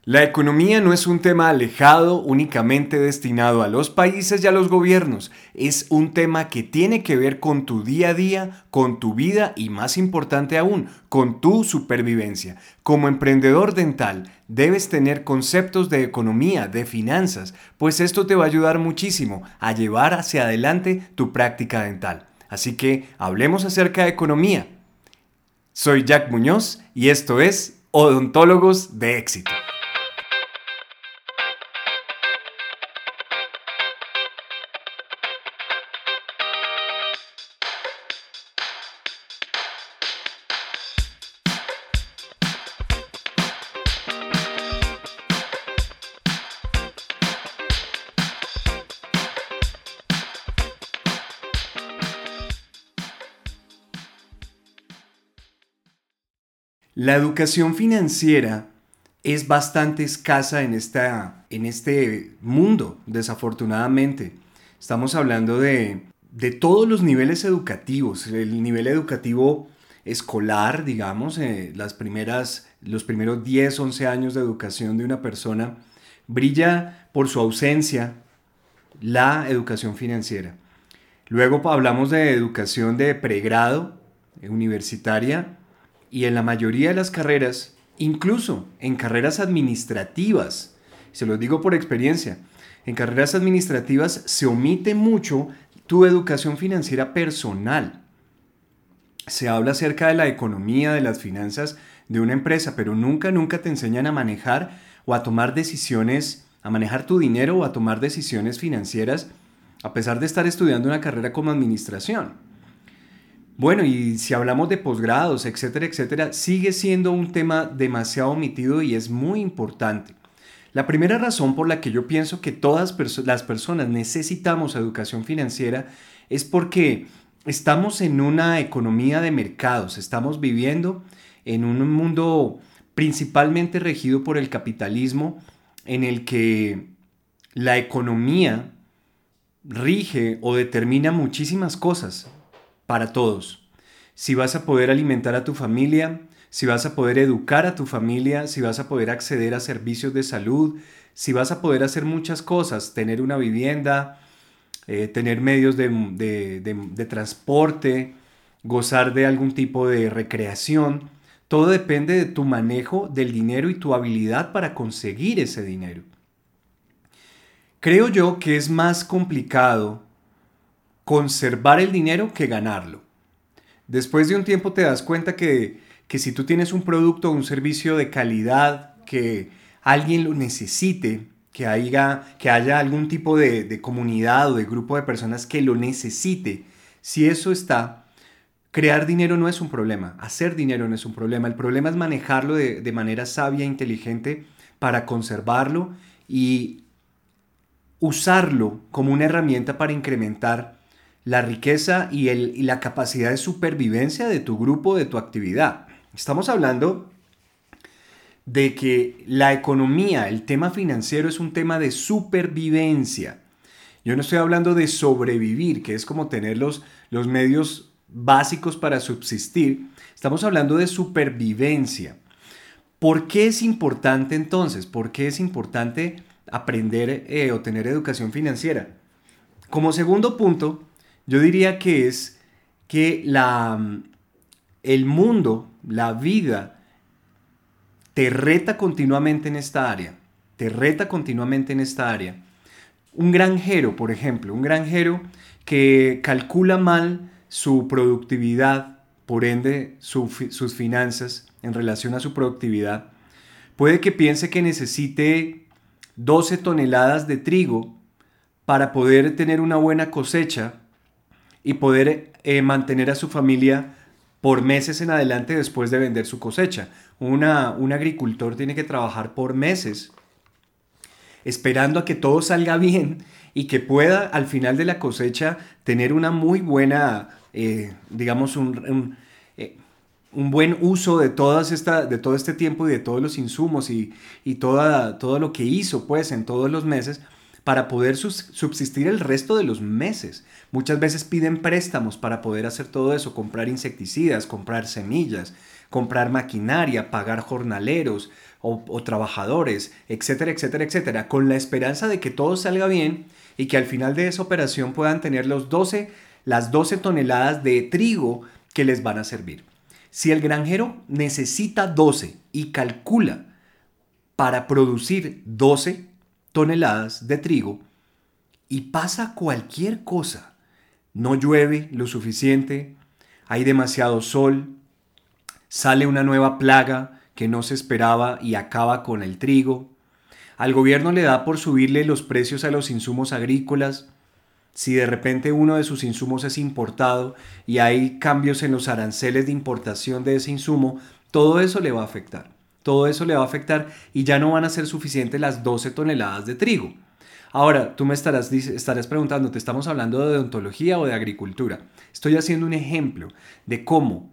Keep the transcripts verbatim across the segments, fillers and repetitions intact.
La economía no es un tema alejado únicamente destinado a los países y a los gobiernos. Es un tema que tiene que ver con tu día a día, con tu vida y, más importante aún, con tu supervivencia. Como emprendedor dental, debes tener conceptos de economía, de finanzas, pues esto te va a ayudar muchísimo a llevar hacia adelante tu práctica dental. Así que hablemos acerca de economía. Soy Jack Muñoz y esto es Odontólogos de Éxito. La educación financiera es bastante escasa en, esta, en este mundo, desafortunadamente. Estamos hablando de, de todos los niveles educativos, el nivel educativo escolar, digamos, eh, las primeras, los primeros diez, once años de educación de una persona, brilla por su ausencia la educación financiera. Luego hablamos de educación de pregrado, eh, universitaria, y en la mayoría de las carreras, incluso en carreras administrativas, se los digo por experiencia, en carreras administrativas se omite mucho tu educación financiera personal. Se habla acerca de la economía, de las finanzas de una empresa, pero nunca, nunca te enseñan a manejar o a tomar decisiones, a manejar tu dinero o a tomar decisiones financieras, a pesar de estar estudiando una carrera como administración. Bueno, y si hablamos de posgrados, etcétera, etcétera, sigue siendo un tema demasiado omitido y es muy importante. La primera razón por la que yo pienso que todas perso- las personas necesitamos educación financiera es porque estamos en una economía de mercados, estamos viviendo en un mundo principalmente regido por el capitalismo, en el que la economía rige o determina muchísimas cosas para todos. Si vas a poder alimentar a tu familia, si vas a poder educar a tu familia, si vas a poder acceder a servicios de salud, si vas a poder hacer muchas cosas, tener una vivienda, eh, tener medios de, de, de, de transporte, gozar de algún tipo de recreación, todo depende de tu manejo del dinero y tu habilidad para conseguir ese dinero. Creo yo que es más complicado conservar el dinero que ganarlo. Después de un tiempo te das cuenta que, que si tú tienes un producto o un servicio de calidad, que alguien lo necesite, que haya, que haya algún tipo de, de comunidad o de grupo de personas que lo necesite, si eso está, crear dinero no es un problema, hacer dinero no es un problema. El problema es manejarlo de, de manera sabia e inteligente para conservarlo y usarlo como una herramienta para incrementar la riqueza y, el, y la capacidad de supervivencia de tu grupo, de tu actividad. Estamos hablando de que la economía, el tema financiero es un tema de supervivencia. Yo no estoy hablando de sobrevivir, que es como tener los, los medios básicos para subsistir. Estamos hablando de supervivencia. ¿Por qué es importante entonces? ¿Por qué es importante aprender eh, o tener educación financiera? Como segundo punto, yo diría que es que la, el mundo, la vida, te reta continuamente en esta área. Te reta continuamente en esta área. Un granjero, por ejemplo, un granjero que calcula mal su productividad, por ende su, sus finanzas en relación a su productividad, puede que piense que necesite doce toneladas de trigo para poder tener una buena cosecha y poder eh, mantener a su familia por meses en adelante después de vender su cosecha. Una, un agricultor tiene que trabajar por meses esperando a que todo salga bien y que pueda al final de la cosecha tener una muy buena, eh, digamos, un, un, eh, un buen uso de, todas esta, de todo este tiempo y de todos los insumos y, y toda, todo lo que hizo pues en todos los meses para poder subsistir el resto de los meses. Muchas veces piden préstamos para poder hacer todo eso, comprar insecticidas, comprar semillas, comprar maquinaria, pagar jornaleros o, o trabajadores, etcétera, etcétera, etcétera, con la esperanza de que todo salga bien y que al final de esa operación puedan tener los doce, las doce toneladas de trigo que les van a servir. Si el granjero necesita doce y calcula para producir doce toneladas de trigo y pasa cualquier cosa, no llueve lo suficiente, hay demasiado sol, sale una nueva plaga que no se esperaba y acaba con el trigo, al gobierno le da por subirle los precios a los insumos agrícolas, si de repente uno de sus insumos es importado y hay cambios en los aranceles de importación de ese insumo, todo eso le va a afectar. Todo eso le va a afectar y ya no van a ser suficientes las doce toneladas de trigo. Ahora, tú me estarás, estarás preguntando, ¿te estamos hablando de odontología o de agricultura? Estoy haciendo un ejemplo de cómo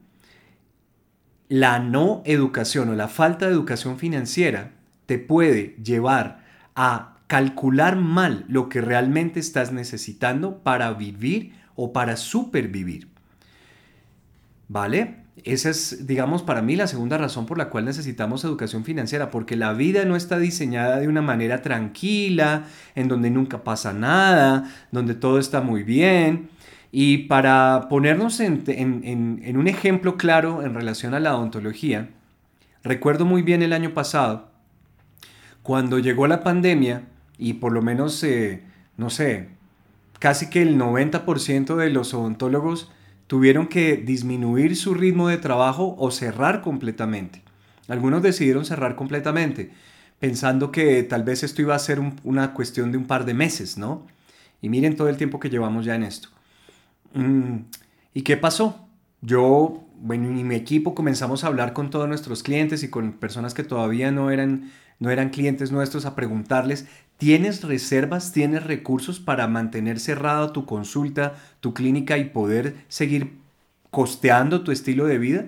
la no educación o la falta de educación financiera te puede llevar a calcular mal lo que realmente estás necesitando para vivir o para supervivir. ¿Vale? Esa es, digamos, para mí la segunda razón por la cual necesitamos educación financiera, porque la vida no está diseñada de una manera tranquila, en donde nunca pasa nada, donde todo está muy bien. Y para ponernos en, en, en, en un ejemplo claro en relación a la odontología, recuerdo muy bien el año pasado, cuando llegó la pandemia y por lo menos, eh, no sé, casi que el noventa por ciento de los odontólogos tuvieron que disminuir su ritmo de trabajo o cerrar completamente. Algunos decidieron cerrar completamente, pensando que tal vez esto iba a ser un, una cuestión de un par de meses, ¿no? Y miren todo el tiempo que llevamos ya en esto. Mm, ¿Y qué pasó? Yo, bueno, y mi equipo comenzamos a hablar con todos nuestros clientes y con personas que todavía no eran, no eran clientes nuestros a preguntarles, ¿tienes reservas, tienes recursos para mantener cerrada tu consulta, tu clínica y poder seguir costeando tu estilo de vida?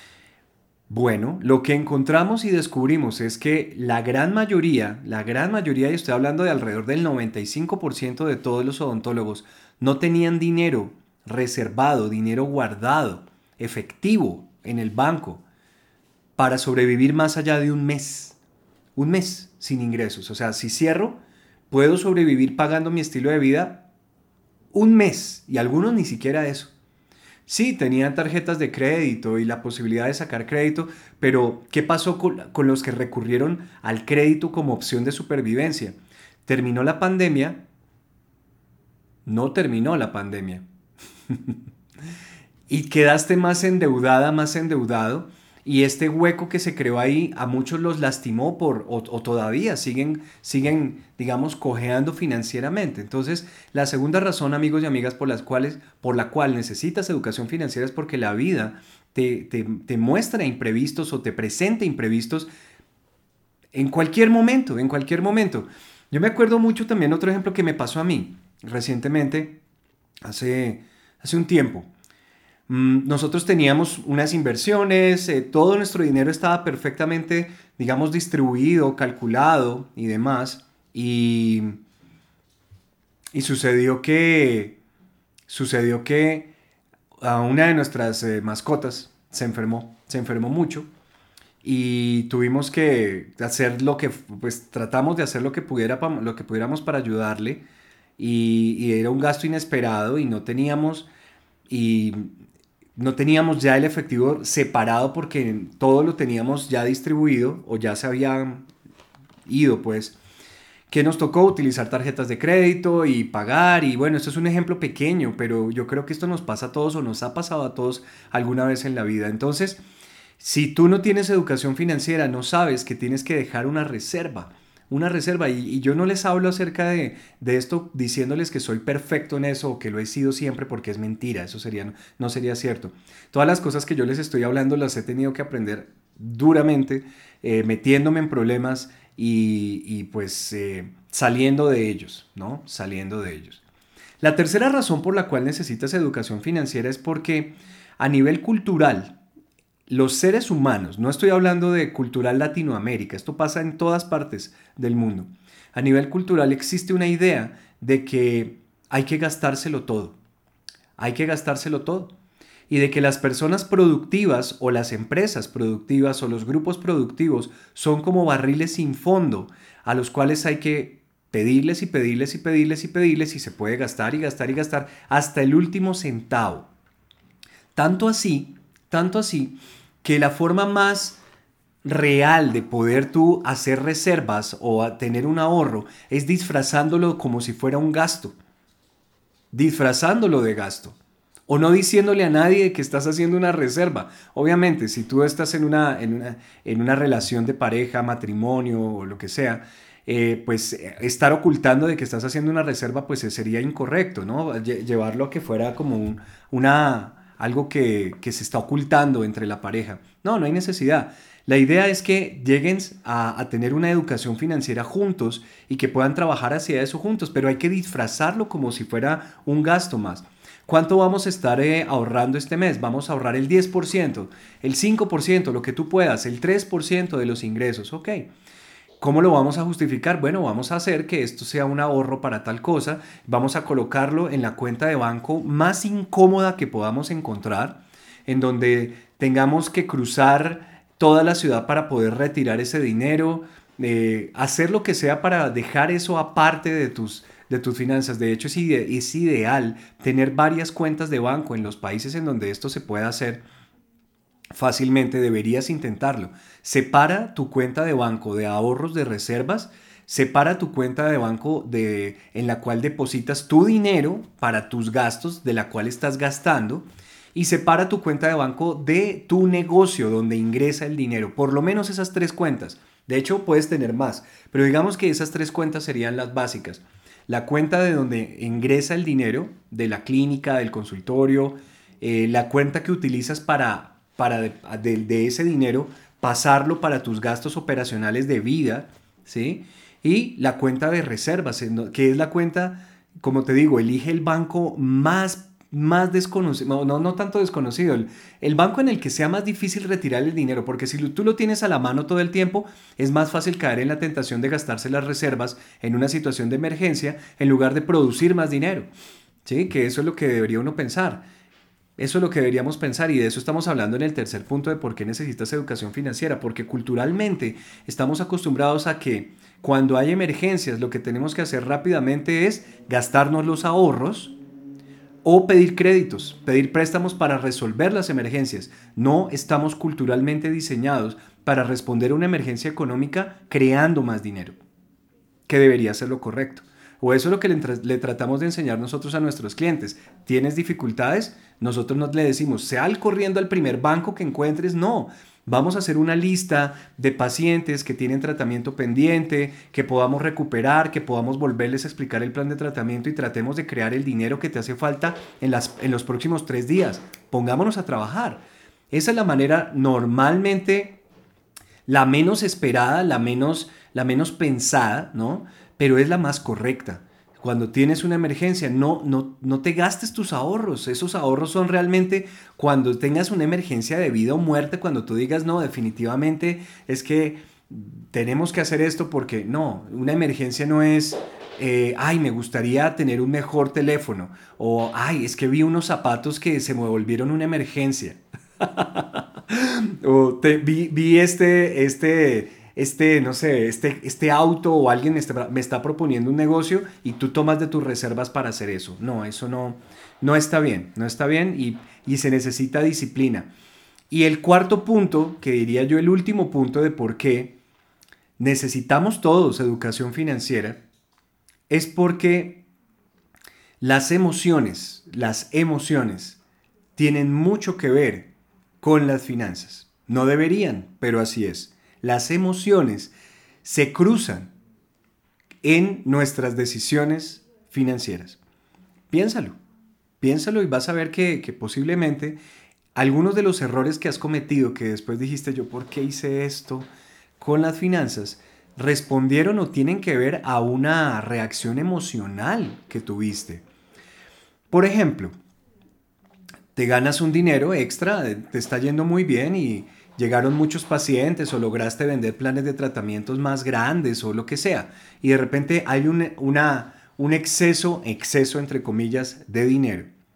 Bueno, lo que encontramos y descubrimos es que la gran mayoría, la gran mayoría, y estoy hablando de alrededor del noventa y cinco por ciento de todos los odontólogos, no tenían dinero reservado, dinero guardado, efectivo en el banco para sobrevivir más allá de un mes. Un mes sin ingresos. O sea, si cierro, puedo sobrevivir pagando mi estilo de vida un mes y algunos ni siquiera eso. Sí, tenían tarjetas de crédito y la posibilidad de sacar crédito, pero ¿qué pasó con, con los que recurrieron al crédito como opción de supervivencia? ¿Terminó la pandemia? No terminó la pandemia. Y quedaste más endeudada, más endeudado, y este hueco que se creó ahí a muchos los lastimó por, o, o todavía siguen, siguen, digamos, cojeando financieramente. Entonces, la segunda razón, amigos y amigas, por las cuales, por la cual necesitas educación financiera es porque la vida te, te, te muestra imprevistos o te presenta imprevistos en cualquier momento, en cualquier momento. Yo me acuerdo mucho también otro ejemplo que me pasó a mí recientemente, hace, hace un tiempo. Nosotros teníamos unas inversiones, eh, todo nuestro dinero estaba perfectamente, digamos, distribuido, calculado y demás. Y, y sucedió que, sucedió que a una de nuestras eh, mascotas se enfermó, se enfermó mucho y tuvimos que hacer lo que, pues tratamos de hacer lo que, pudiera, lo que pudiéramos para ayudarle y, y era un gasto inesperado y no teníamos... Y no teníamos ya el efectivo separado porque todo lo teníamos ya distribuido o ya se había ido, pues, que nos tocó utilizar tarjetas de crédito y pagar. Y bueno, esto es un ejemplo pequeño, pero yo creo que esto nos pasa a todos o nos ha pasado a todos alguna vez en la vida. Entonces, si tú no tienes educación financiera, no sabes que tienes que dejar una reserva. Una reserva y, y yo no les hablo acerca de, de esto diciéndoles que soy perfecto en eso o que lo he sido siempre porque es mentira, eso sería, no sería cierto. Todas las cosas que yo les estoy hablando las he tenido que aprender duramente, eh, metiéndome en problemas y, y pues eh, saliendo de ellos, ¿no? Saliendo de ellos. La tercera razón por la cual necesitas educación financiera es porque a nivel cultural, los seres humanos, no estoy hablando de cultural Latinoamérica, esto pasa en todas partes del mundo. A nivel cultural existe una idea de que hay que gastárselo todo. Hay que gastárselo todo. y de que las personas productivas o las empresas productivas o los grupos productivos son como barriles sin fondo a los cuales hay que pedirles y pedirles y pedirles y pedirles y se puede gastar y gastar y gastar hasta el último centavo. Tanto así, tanto así que la forma más real de poder tú hacer reservas o tener un ahorro es disfrazándolo como si fuera un gasto, disfrazándolo de gasto. O no diciéndole a nadie que estás haciendo una reserva. Obviamente, si tú estás en una, en una, en una relación de pareja, matrimonio o lo que sea, eh, pues eh, estar ocultando de que estás haciendo una reserva, pues eh, sería incorrecto, ¿no? Lle- llevarlo a que fuera como un, una, algo que, que se está ocultando entre la pareja. No, no hay necesidad. La idea es que lleguen a, a tener una educación financiera juntos y que puedan trabajar hacia eso juntos, pero hay que disfrazarlo como si fuera un gasto más. ¿Cuánto vamos a estar eh, ahorrando este mes? Vamos a ahorrar el diez por ciento, el cinco por ciento, lo que tú puedas, el tres por ciento de los ingresos. Ok. ¿Cómo lo vamos a justificar? Bueno, vamos a hacer que esto sea un ahorro para tal cosa. Vamos a colocarlo en la cuenta de banco más incómoda que podamos encontrar, en donde tengamos que cruzar toda la ciudad para poder retirar ese dinero, eh, hacer lo que sea para dejar eso aparte de tus, de tus finanzas. De hecho, es, ide es ideal tener varias cuentas de banco en los países en donde esto se pueda hacer fácilmente. Deberías intentarlo. Separa tu cuenta de banco de ahorros de reservas, separa tu cuenta de banco de, en la cual depositas tu dinero para tus gastos, de la cual estás gastando, y separa tu cuenta de banco de tu negocio donde ingresa el dinero. Por lo menos esas tres cuentas. De hecho, puedes tener más, pero digamos que esas tres cuentas serían las básicas. La cuenta de donde ingresa el dinero, de la clínica, del consultorio, eh, la cuenta que utilizas para, para de, de, de ese dinero pasarlo para tus gastos operacionales de vida, ¿sí? Y la cuenta de reservas, que es la cuenta, como te digo, elige el banco más, más desconocido, no, no tanto desconocido, el, el banco en el que sea más difícil retirar el dinero, porque si tú lo tienes a la mano todo el tiempo, es más fácil caer en la tentación de gastarse las reservas en una situación de emergencia en lugar de producir más dinero, ¿sí? Que eso es lo que debería uno pensar. Eso es lo que deberíamos pensar y de eso estamos hablando en el tercer punto de por qué necesitas educación financiera, porque culturalmente estamos acostumbrados a que cuando hay emergencias lo que tenemos que hacer rápidamente es gastarnos los ahorros o pedir créditos, pedir préstamos para resolver las emergencias. No estamos culturalmente diseñados para responder a una emergencia económica creando más dinero, que debería ser lo correcto. O eso es lo que le, le tratamos de enseñar nosotros a nuestros clientes. ¿Tienes dificultades? Nosotros no le decimos, sal corriendo al primer banco que encuentres. No, vamos a hacer una lista de pacientes que tienen tratamiento pendiente, que podamos recuperar, que podamos volverles a explicar el plan de tratamiento y tratemos de crear el dinero que te hace falta en, las, en los próximos tres días. Pongámonos a trabajar. Esa es la manera normalmente, la menos esperada, la menos, la menos pensada, ¿no? Pero es la más correcta. Cuando tienes una emergencia, no, no, no te gastes tus ahorros. Esos ahorros son realmente cuando tengas una emergencia de vida o muerte, cuando tú digas, no, definitivamente es que tenemos que hacer esto porque no, una emergencia no es, eh, ay, me gustaría tener un mejor teléfono o, ay, es que vi unos zapatos que se me volvieron una emergencia. O te, vi, vi este, este, este, no sé, este, este auto o alguien me está, me está proponiendo un negocio y tú tomas de tus reservas para hacer eso. No, eso no, no está bien, no está bien y, y se necesita disciplina. Y el cuarto punto, que diría yo el último punto de por qué necesitamos todos educación financiera, es porque las emociones, las emociones tienen mucho que ver con las finanzas. No deberían, pero así es. Las emociones se cruzan en nuestras decisiones financieras. Piénsalo, piénsalo y vas a ver que, que posiblemente algunos de los errores que has cometido, que después dijiste yo, ¿por qué hice esto con las finanzas? Respondieron o tienen que ver a una reacción emocional que tuviste. Por ejemplo, te ganas un dinero extra, te está yendo muy bien y llegaron muchos pacientes o lograste vender planes de tratamientos más grandes o lo que sea. Y de repente hay un, una, un exceso, exceso entre comillas, de dinero.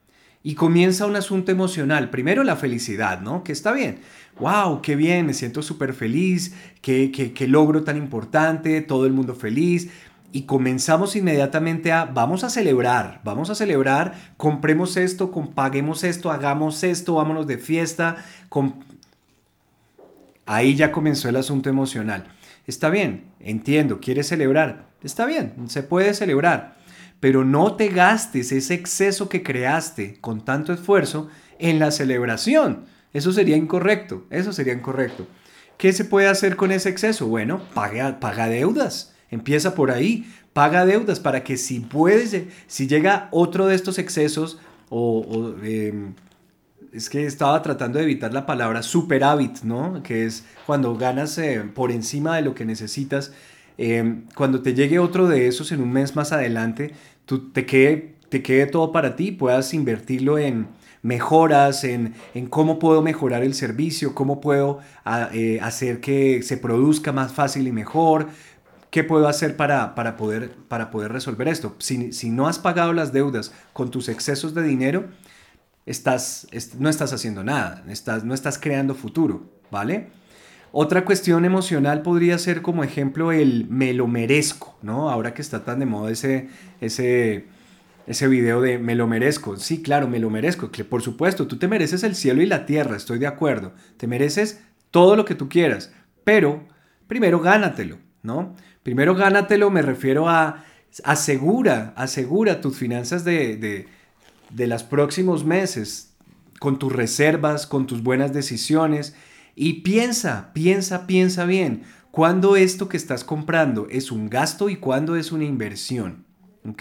Y comienza un asunto emocional. Primero la felicidad, ¿no? Que está bien. ¡Wow! ¡Qué bien! Me siento súper feliz. Qué, qué, qué logro tan importante! Todo el mundo feliz. Y comenzamos inmediatamente a, vamos a celebrar, vamos a celebrar, compremos esto, com- paguemos esto, hagamos esto, vámonos de fiesta. com- Ahí ya comenzó el asunto emocional. Está bien, entiendo, quieres celebrar. Está bien, se puede celebrar. Pero no te gastes ese exceso que creaste con tanto esfuerzo en la celebración. Eso sería incorrecto, eso sería incorrecto. ¿Qué se puede hacer con ese exceso? Bueno, paga, paga deudas. Empieza por ahí. Paga deudas para que si puedes, si llega otro de estos excesos o, o, eh, es que estaba tratando de evitar la palabra superávit, ¿no? Que es cuando ganas eh, por encima de lo que necesitas. Eh, cuando te llegue otro de esos en un mes más adelante, tú te quede, te quede todo para ti, puedas invertirlo en mejoras, en, en cómo puedo mejorar el servicio, cómo puedo a, eh, hacer que se produzca más fácil y mejor, qué puedo hacer para, para, poder, para poder resolver esto. Si, si no has pagado las deudas con tus excesos de dinero, estás, est- no estás haciendo nada, estás, no estás creando futuro, ¿vale? Otra cuestión emocional podría ser como ejemplo el me lo merezco, ¿no? Ahora que está tan de moda ese, ese, ese video de me lo merezco. Sí, claro, me lo merezco. Que por supuesto, tú te mereces el cielo y la tierra, estoy de acuerdo. Te mereces todo lo que tú quieras, pero primero gánatelo, ¿no? Primero gánatelo, me refiero a asegura, asegura tus finanzas de, de, de los próximos meses, con tus reservas, con tus buenas decisiones. Y piensa, piensa, piensa bien, cuándo esto que estás comprando es un gasto y cuándo es una inversión. ¿Ok?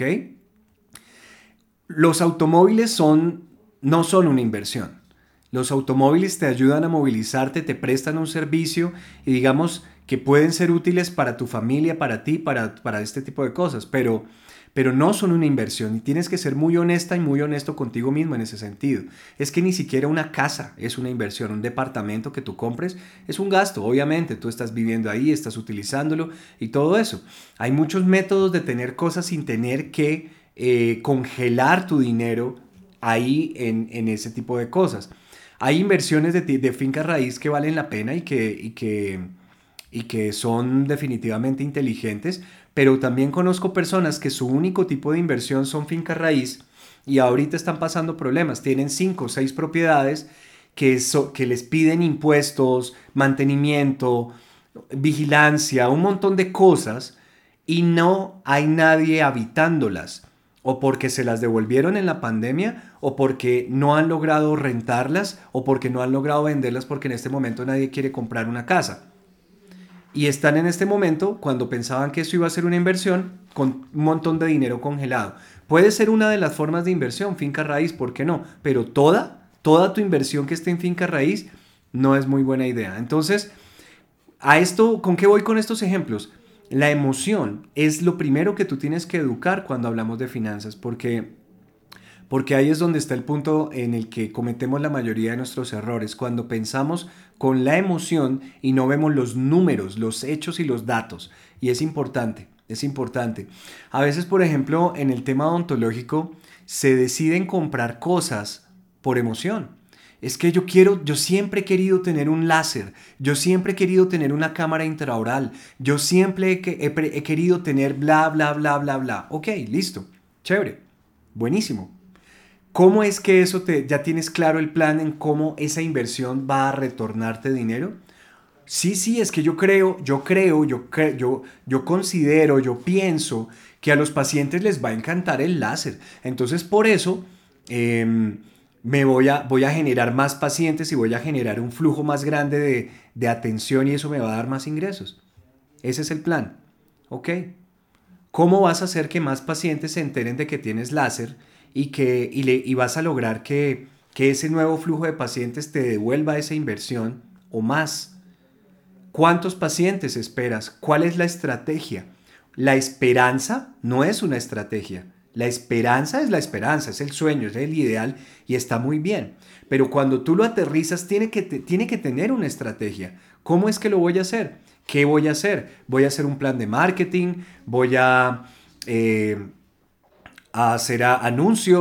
Los automóviles son, no son una inversión. Los automóviles te ayudan a movilizarte, te prestan un servicio y digamos que pueden ser útiles para tu familia, para ti, para, para este tipo de cosas, pero, pero no son una inversión y tienes que ser muy honesta y muy honesto contigo mismo en ese sentido. Es que ni siquiera una casa es una inversión, un departamento que tú compres es un gasto, obviamente, tú estás viviendo ahí, estás utilizándolo y todo eso. Hay muchos métodos de tener cosas sin tener que eh, congelar tu dinero ahí en, en ese tipo de cosas. Hay inversiones de, de finca raíz que valen la pena y que, y que, y que son definitivamente inteligentes, pero también conozco personas que su único tipo de inversión son finca raíz y ahorita están pasando problemas. Tienen cinco o seis propiedades que, so, que les piden impuestos, mantenimiento, vigilancia, un montón de cosas y no hay nadie habitándolas o porque se las devolvieron en la pandemia, o porque no han logrado rentarlas, o porque no han logrado venderlas porque en este momento nadie quiere comprar una casa. Y están en este momento, cuando pensaban que eso iba a ser una inversión, con un montón de dinero congelado. Puede ser una de las formas de inversión, finca raíz, ¿por qué no? Pero toda, toda tu inversión que esté en finca raíz no es muy buena idea. Entonces, a esto, ¿con qué voy con estos ejemplos? La emoción es lo primero que tú tienes que educar cuando hablamos de finanzas, porque, porque ahí es donde está el punto en el que cometemos la mayoría de nuestros errores, cuando pensamos con la emoción y no vemos los números, los hechos y los datos. Y es importante, es importante. A veces, por ejemplo, en el tema odontológico, se deciden comprar cosas por emoción. Es que yo quiero, yo siempre he querido tener un láser, yo siempre he querido tener una cámara intraoral, yo siempre he, he, he querido tener bla, bla, bla, bla, bla. Ok, listo, chévere, buenísimo. ¿Cómo es que eso te, ya tienes claro el plan en cómo esa inversión va a retornarte dinero? Sí, sí, es que yo creo, yo creo, yo, cre- yo, yo considero, yo pienso que a los pacientes les va a encantar el láser. Entonces, por eso, em, me voy a, voy a generar más pacientes y voy a generar un flujo más grande de, de atención y eso me va a dar más ingresos. Ese es el plan. ¿Ok? ¿Cómo vas a hacer que más pacientes se enteren de que tienes láser y, que, y, le, y vas a lograr que, que ese nuevo flujo de pacientes te devuelva esa inversión o más? ¿Cuántos pacientes esperas? ¿Cuál es la estrategia? La esperanza no es una estrategia. La esperanza es la esperanza, es el sueño, es el ideal y está muy bien. Pero cuando tú lo aterrizas, tiene que, te- tiene que tener una estrategia. ¿Cómo es que lo voy a hacer? ¿Qué voy a hacer? Voy a hacer un plan de marketing, voy a, eh, a hacer a- anuncios,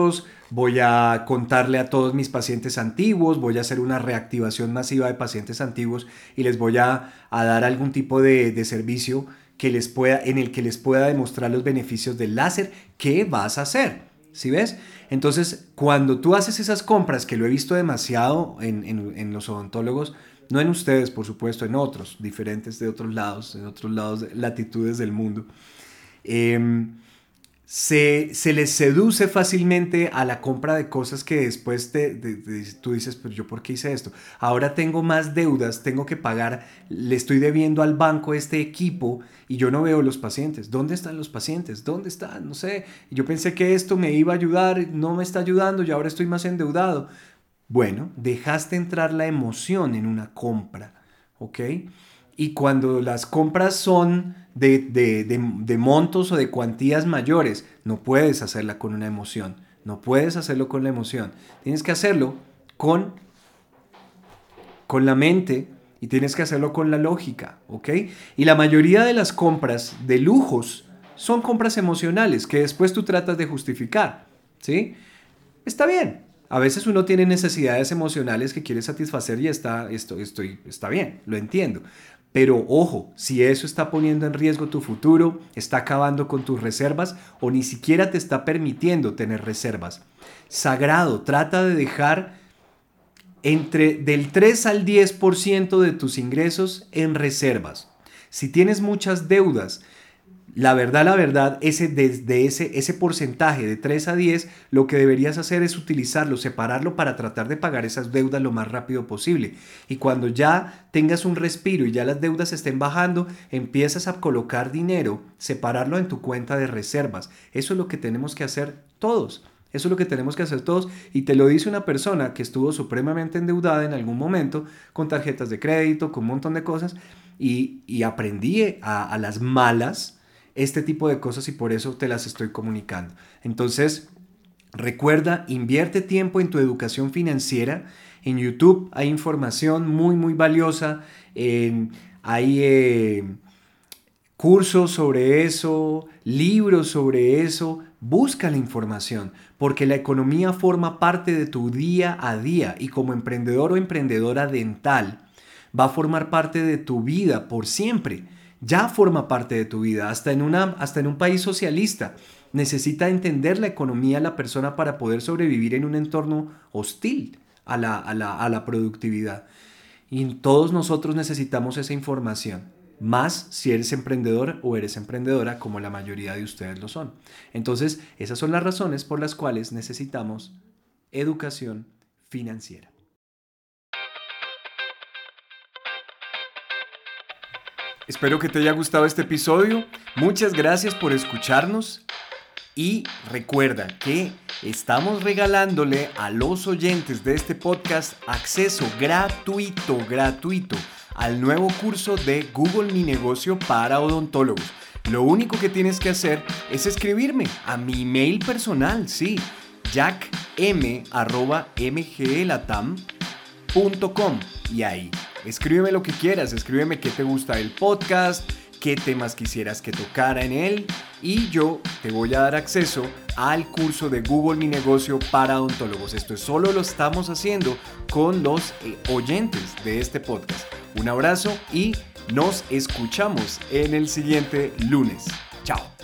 voy a contarle a todos mis pacientes antiguos, voy a hacer una reactivación masiva de pacientes antiguos y les voy a, a dar algún tipo de, de servicio que les pueda, en el que les pueda demostrar los beneficios del láser. ¿Qué vas a hacer? ¿Sí ves? Entonces, cuando tú haces esas compras, que lo he visto demasiado en, en, en los odontólogos, no en ustedes, por supuesto, en otros, diferentes de otros lados, en otros lados, latitudes del mundo, eh, se, se les seduce fácilmente a la compra de cosas que después te, te, te, tú dices, pero yo ¿por qué hice esto? Ahora tengo más deudas, tengo que pagar, le estoy debiendo al banco este equipo y yo no veo los pacientes. ¿Dónde están los pacientes? ¿Dónde están? No sé. Yo pensé que esto me iba a ayudar, no me está ayudando y ahora estoy más endeudado. Bueno, dejaste entrar la emoción en una compra, ¿ok? Y cuando las compras son de, de, de, de montos o de cuantías mayores, no puedes hacerla con una emoción, no puedes hacerlo con la emoción. Tienes que hacerlo con, con la mente y tienes que hacerlo con la lógica, ¿ok? Y la mayoría de las compras de lujos son compras emocionales que después tú tratas de justificar, ¿sí? Está bien. A veces uno tiene necesidades emocionales que quiere satisfacer y está, esto, estoy, está bien, lo entiendo. Pero ojo, si eso está poniendo en riesgo tu futuro, está acabando con tus reservas o ni siquiera te está permitiendo tener reservas. Sagrado, trata de dejar entre del tres al diez por ciento de tus ingresos en reservas. Si tienes muchas deudas, la verdad, la verdad, ese, desde ese, ese porcentaje de tres a diez, lo que deberías hacer es utilizarlo, separarlo para tratar de pagar esas deudas lo más rápido posible. Y cuando ya tengas un respiro y ya las deudas estén bajando, empiezas a colocar dinero, separarlo en tu cuenta de reservas. Eso es lo que tenemos que hacer todos. Eso es lo que tenemos que hacer todos. Y te lo dice una persona que estuvo supremamente endeudada en algún momento, con tarjetas de crédito, con un montón de cosas, y, y aprendí a, a las malas este tipo de cosas y por eso te las estoy comunicando. Entonces, recuerda, invierte tiempo en tu educación financiera. En YouTube hay información muy, muy valiosa. En, hay eh, cursos sobre eso, libros sobre eso. Busca la información, porque la economía forma parte de tu día a día y como emprendedor o emprendedora dental va a formar parte de tu vida por siempre. Ya forma parte de tu vida, hasta en, una, hasta en un país socialista. Necesita entender la economía la persona para poder sobrevivir en un entorno hostil a la, a la, a la productividad. Y todos nosotros necesitamos esa información, más si eres emprendedor o eres emprendedora, como la mayoría de ustedes lo son. Entonces, esas son las razones por las cuales necesitamos educación financiera. Espero que te haya gustado este episodio. Muchas gracias por escucharnos. Y recuerda que estamos regalándole a los oyentes de este podcast acceso gratuito, gratuito al nuevo curso de Google Mi Negocio para odontólogos. Lo único que tienes que hacer es escribirme a mi email personal, sí, jack m arroba m g latam punto com, y ahí escríbeme lo que quieras, escríbeme qué te gusta del podcast, qué temas quisieras que tocara en él y yo te voy a dar acceso al curso de Google Mi Negocio para odontólogos. Esto solo lo estamos haciendo con los eh, oyentes de este podcast. Un abrazo y nos escuchamos en el siguiente lunes. Chao.